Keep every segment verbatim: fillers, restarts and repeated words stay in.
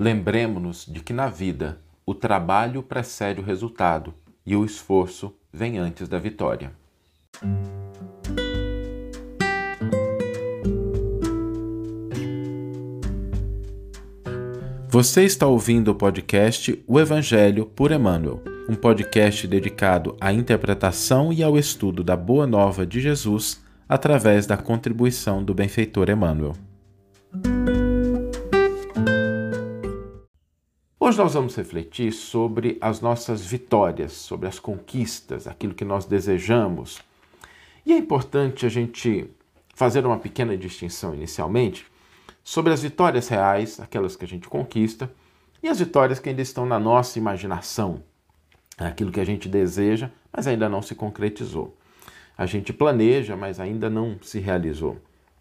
Lembremo-nos de que na vida o trabalho precede o resultado e o esforço vem antes da vitória. Você está ouvindo o podcast O Evangelho por Emmanuel, um podcast dedicado à interpretação e ao estudo da Boa Nova de Jesus através da contribuição do benfeitor Emmanuel. Hoje nós vamos refletir sobre as nossas vitórias, sobre as conquistas, aquilo que nós desejamos. E é importante a gente fazer uma pequena distinção inicialmente sobre as vitórias reais, aquelas que a gente conquista, e as vitórias que ainda estão na nossa imaginação, aquilo que a gente deseja, mas ainda não se concretizou. A gente planeja, mas ainda não se realizou.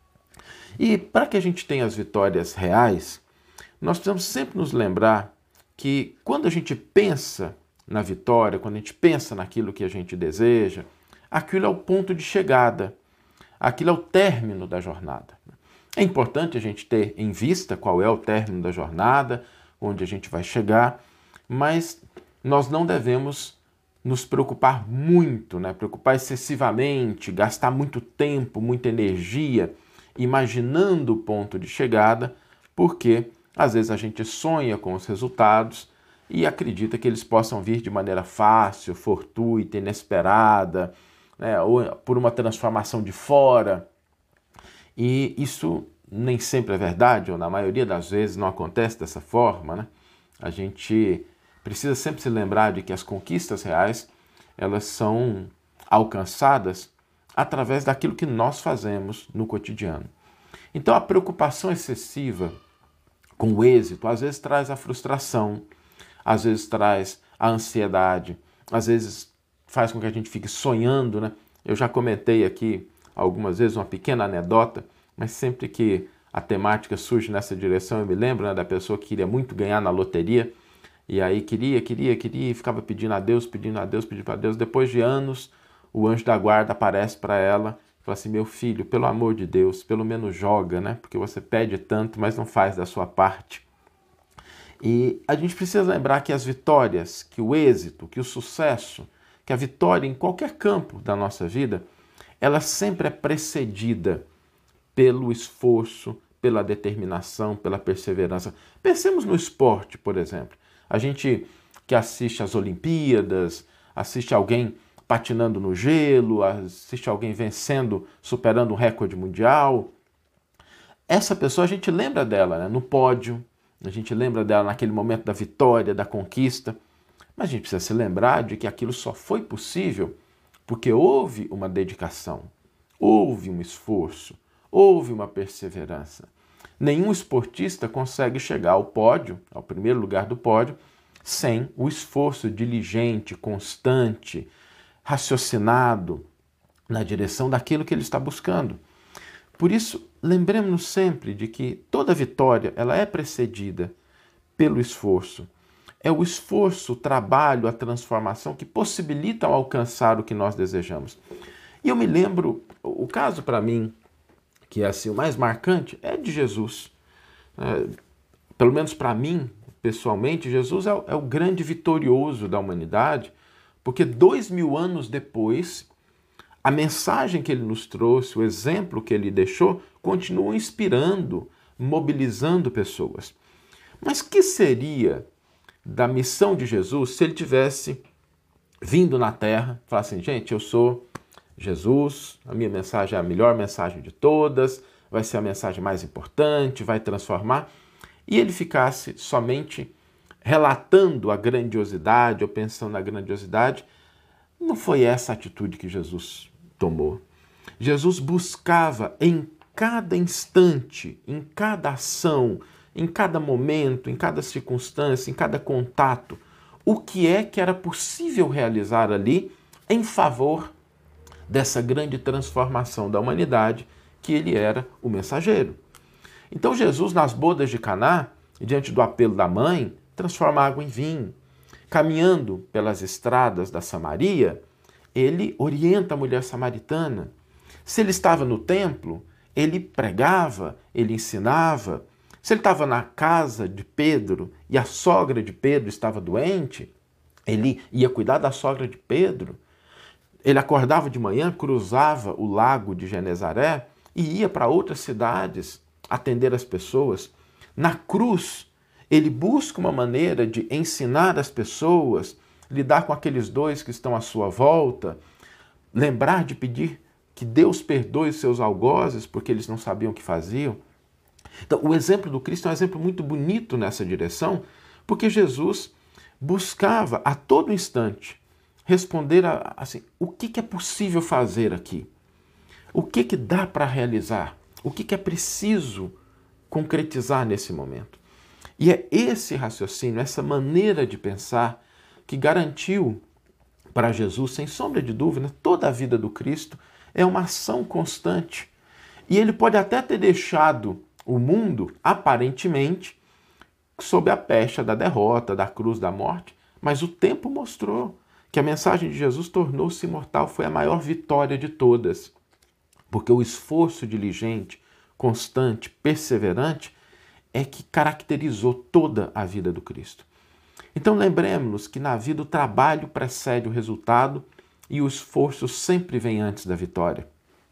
E para que a gente tenha as vitórias reais, nós precisamos sempre nos lembrar que quando a gente pensa na vitória, quando a gente pensa naquilo que a gente deseja, aquilo é o ponto de chegada, aquilo é o término da jornada. É importante a gente ter em vista qual é o término da jornada, onde a gente vai chegar, mas nós não devemos nos preocupar muito, né? Preocupar excessivamente, gastar muito tempo, muita energia, imaginando o ponto de chegada, porque às vezes a gente sonha com os resultados e acredita que eles possam vir de maneira fácil, fortuita, inesperada, né? Ou por uma transformação de fora. E isso nem sempre é verdade, ou na maioria das vezes não acontece dessa forma, né? A gente precisa sempre se lembrar de que as conquistas reais, elas são alcançadas através daquilo que nós fazemos no cotidiano. Então a preocupação excessiva com o êxito, às vezes traz a frustração, às vezes traz a ansiedade, às vezes faz com que a gente fique sonhando, né? Eu já comentei aqui algumas vezes uma pequena anedota, mas sempre que a temática surge nessa direção, eu me lembro, né, da pessoa que queria muito ganhar na loteria, e aí queria, queria, queria, e ficava pedindo a Deus, pedindo a Deus, pedindo a Deus. Depois de anos, o anjo da guarda aparece para ela e fala assim: meu filho, pelo amor de Deus, pelo menos joga, né? Porque você pede tanto, mas não faz da sua parte. E a gente precisa lembrar que as vitórias, que o êxito, que o sucesso, que a vitória em qualquer campo da nossa vida, ela sempre é precedida pelo esforço, pela determinação, pela perseverança. Pensemos no esporte, por exemplo. A gente que assiste às Olimpíadas, assiste alguém patinando no gelo, assiste alguém vencendo, superando um recorde mundial. Essa pessoa, a gente lembra dela, né, no pódio, a gente lembra dela naquele momento da vitória, da conquista, mas a gente precisa se lembrar de que aquilo só foi possível porque houve uma dedicação, houve um esforço, houve uma perseverança. Nenhum esportista consegue chegar ao pódio, ao primeiro lugar do pódio, sem o esforço diligente, constante, raciocinado na direção daquilo que ele está buscando. Por isso, lembremos-nos sempre de que toda vitória ela é precedida pelo esforço. É o esforço, o trabalho, a transformação que possibilitam alcançar o que nós desejamos. E eu me lembro, o caso para mim, que é assim, o mais marcante, é de Jesus. É, pelo menos para mim, pessoalmente, Jesus é o, é o grande vitorioso da humanidade, porque dois mil anos depois, a mensagem que ele nos trouxe, o exemplo que ele deixou, continua inspirando, mobilizando pessoas. Mas que seria da missão de Jesus se ele tivesse vindo na Terra e falasse assim: gente, eu sou Jesus, a minha mensagem é a melhor mensagem de todas, vai ser a mensagem mais importante, vai transformar, e ele ficasse somente relatando a grandiosidade ou pensando na grandiosidade. Não foi essa a atitude que Jesus tomou. Jesus buscava em cada instante, em cada ação, em cada momento, em cada circunstância, em cada contato, o que é que era possível realizar ali em favor dessa grande transformação da humanidade, que ele era o mensageiro. Então Jesus, nas bodas de Caná, diante do apelo da mãe, transforma água em vinho. Caminhando pelas estradas da Samaria, ele orienta a mulher samaritana. Se ele estava no templo, ele pregava, ele ensinava. Se ele estava na casa de Pedro e a sogra de Pedro estava doente, ele ia cuidar da sogra de Pedro. Ele acordava de manhã, cruzava o lago de Genezaré e ia para outras cidades atender as pessoas. Na cruz, ele busca uma maneira de ensinar as pessoas, lidar com aqueles dois que estão à sua volta, lembrar de pedir que Deus perdoe os seus algozes, porque eles não sabiam o que faziam. Então, o exemplo do Cristo é um exemplo muito bonito nessa direção, porque Jesus buscava a todo instante responder a, assim, o que, que é possível fazer aqui? O que, que dá para realizar? O que, que é preciso concretizar nesse momento? E é esse raciocínio, essa maneira de pensar que garantiu para Jesus, sem sombra de dúvida, toda a vida do Cristo é uma ação constante. E ele pode até ter deixado o mundo, aparentemente, sob a pecha da derrota, da cruz, da morte, mas o tempo mostrou que a mensagem de Jesus tornou-se imortal, foi a maior vitória de todas, porque o esforço diligente, constante, perseverante, é que caracterizou toda a vida do Cristo. Então lembremos-nos que na vida o trabalho precede o resultado e o esforço sempre vem antes da vitória.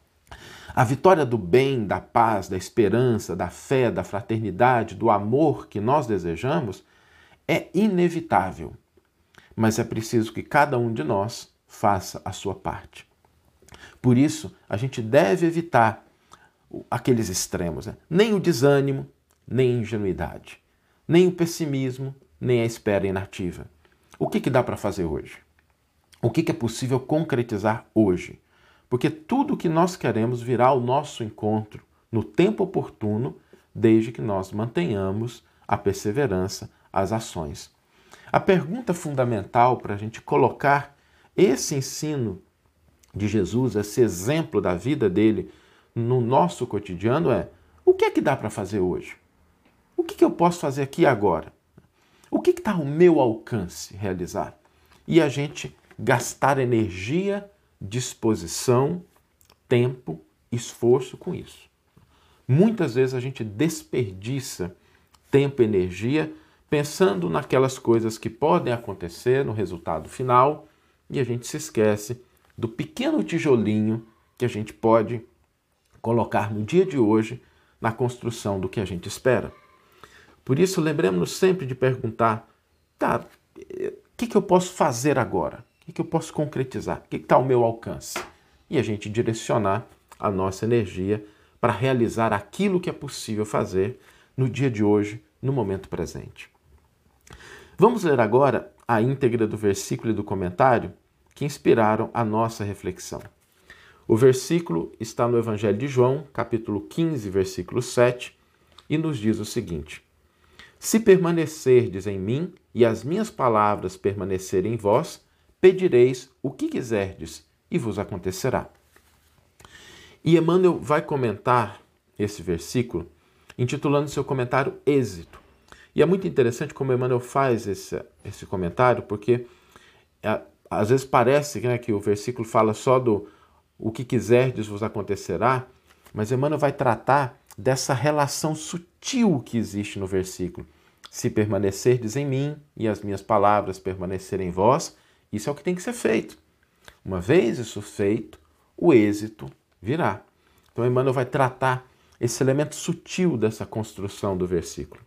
A vitória do bem, da paz, da esperança, da fé, da fraternidade, do amor que nós desejamos é inevitável, mas é preciso que cada um de nós faça a sua parte. Por isso, a gente deve evitar aqueles extremos, né? Nem o desânimo, nem a ingenuidade, nem o pessimismo, nem a espera inativa. O que, que dá para fazer hoje? O que, que é possível concretizar hoje? Porque tudo o que nós queremos virá ao nosso encontro no tempo oportuno, desde que nós mantenhamos a perseverança, as ações. A pergunta fundamental para a gente colocar esse ensino de Jesus, esse exemplo da vida dele no nosso cotidiano é: o que é que dá para fazer hoje? O que, que eu posso fazer aqui agora? O que está ao meu alcance realizar? E a gente gastar energia, disposição, tempo, esforço com isso. Muitas vezes a gente desperdiça tempo e energia pensando naquelas coisas que podem acontecer no resultado final e a gente se esquece do pequeno tijolinho que a gente pode colocar no dia de hoje na construção do que a gente espera. Por isso, lembremos-nos sempre de perguntar: tá, o que, que eu posso fazer agora? O que, que eu posso concretizar? O que está ao meu alcance? E a gente direcionar a nossa energia para realizar aquilo que é possível fazer no dia de hoje, no momento presente. Vamos ler agora a íntegra do versículo e do comentário que inspiraram a nossa reflexão. O versículo está no Evangelho de João, capítulo quinze, versículo sete, e nos diz o seguinte: Se permanecerdes em mim e as minhas palavras permanecerem em vós, pedireis o que quiserdes e vos acontecerá. E Emmanuel vai comentar esse versículo intitulando seu comentário Êxito. E é muito interessante como Emmanuel faz esse, esse comentário, porque é, às vezes parece, né, que o versículo fala só do o que quiserdes vos acontecerá, mas Emmanuel vai tratar dessa relação sutil que existe no versículo. Se permanecerdes em mim e as minhas palavras permanecerem em vós, isso é o que tem que ser feito. Uma vez isso feito, o êxito virá. Então Emmanuel vai tratar esse elemento sutil dessa construção do versículo.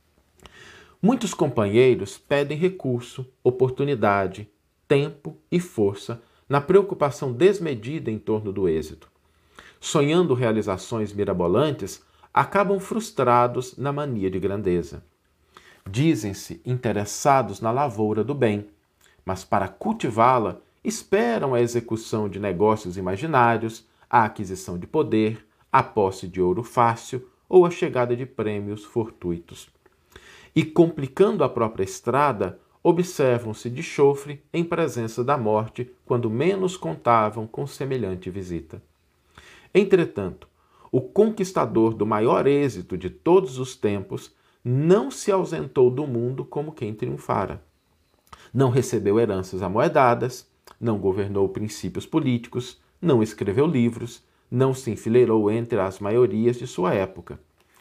Muitos companheiros pedem recurso, oportunidade, tempo e força na preocupação desmedida em torno do êxito. Sonhando realizações mirabolantes, acabam frustrados na mania de grandeza. Dizem-se interessados na lavoura do bem, mas para cultivá-la esperam a execução de negócios imaginários, a aquisição de poder, a posse de ouro fácil ou a chegada de prêmios fortuitos. E, complicando a própria estrada, observam-se de chofre em presença da morte quando menos contavam com semelhante visita. Entretanto, o conquistador do maior êxito de todos os tempos não se ausentou do mundo como quem triunfara. Não recebeu heranças amoedadas, não governou princípios políticos, não escreveu livros, não se enfileirou entre as maiorias de sua época.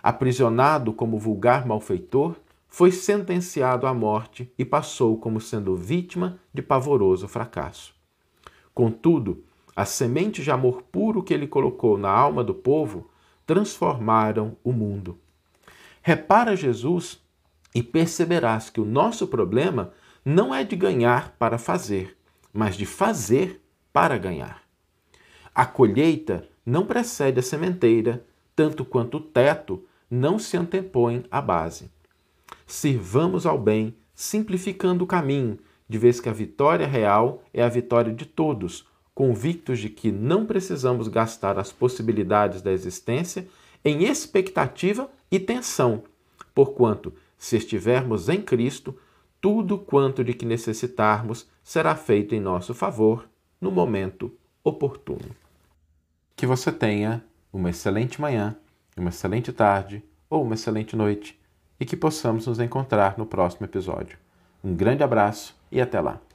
aprisionado como vulgar malfeitor, foi sentenciado à morte e passou como sendo vítima de pavoroso fracasso. Contudo, as sementes de amor puro que ele colocou na alma do povo transformaram o mundo. Repara Jesus e perceberás que o nosso problema não é de ganhar para fazer, mas de fazer para ganhar. A colheita não precede a sementeira, tanto quanto o teto não se antepõe à base. Sirvamos ao bem, simplificando o caminho, de vez que a vitória real é a vitória de todos, convictos de que não precisamos gastar as possibilidades da existência em expectativa e tensão, porquanto, se estivermos em Cristo, tudo quanto de que necessitarmos será feito em nosso favor no momento oportuno. Que você tenha uma excelente manhã, uma excelente tarde ou uma excelente noite e que possamos nos encontrar no próximo episódio. Um grande abraço e até lá!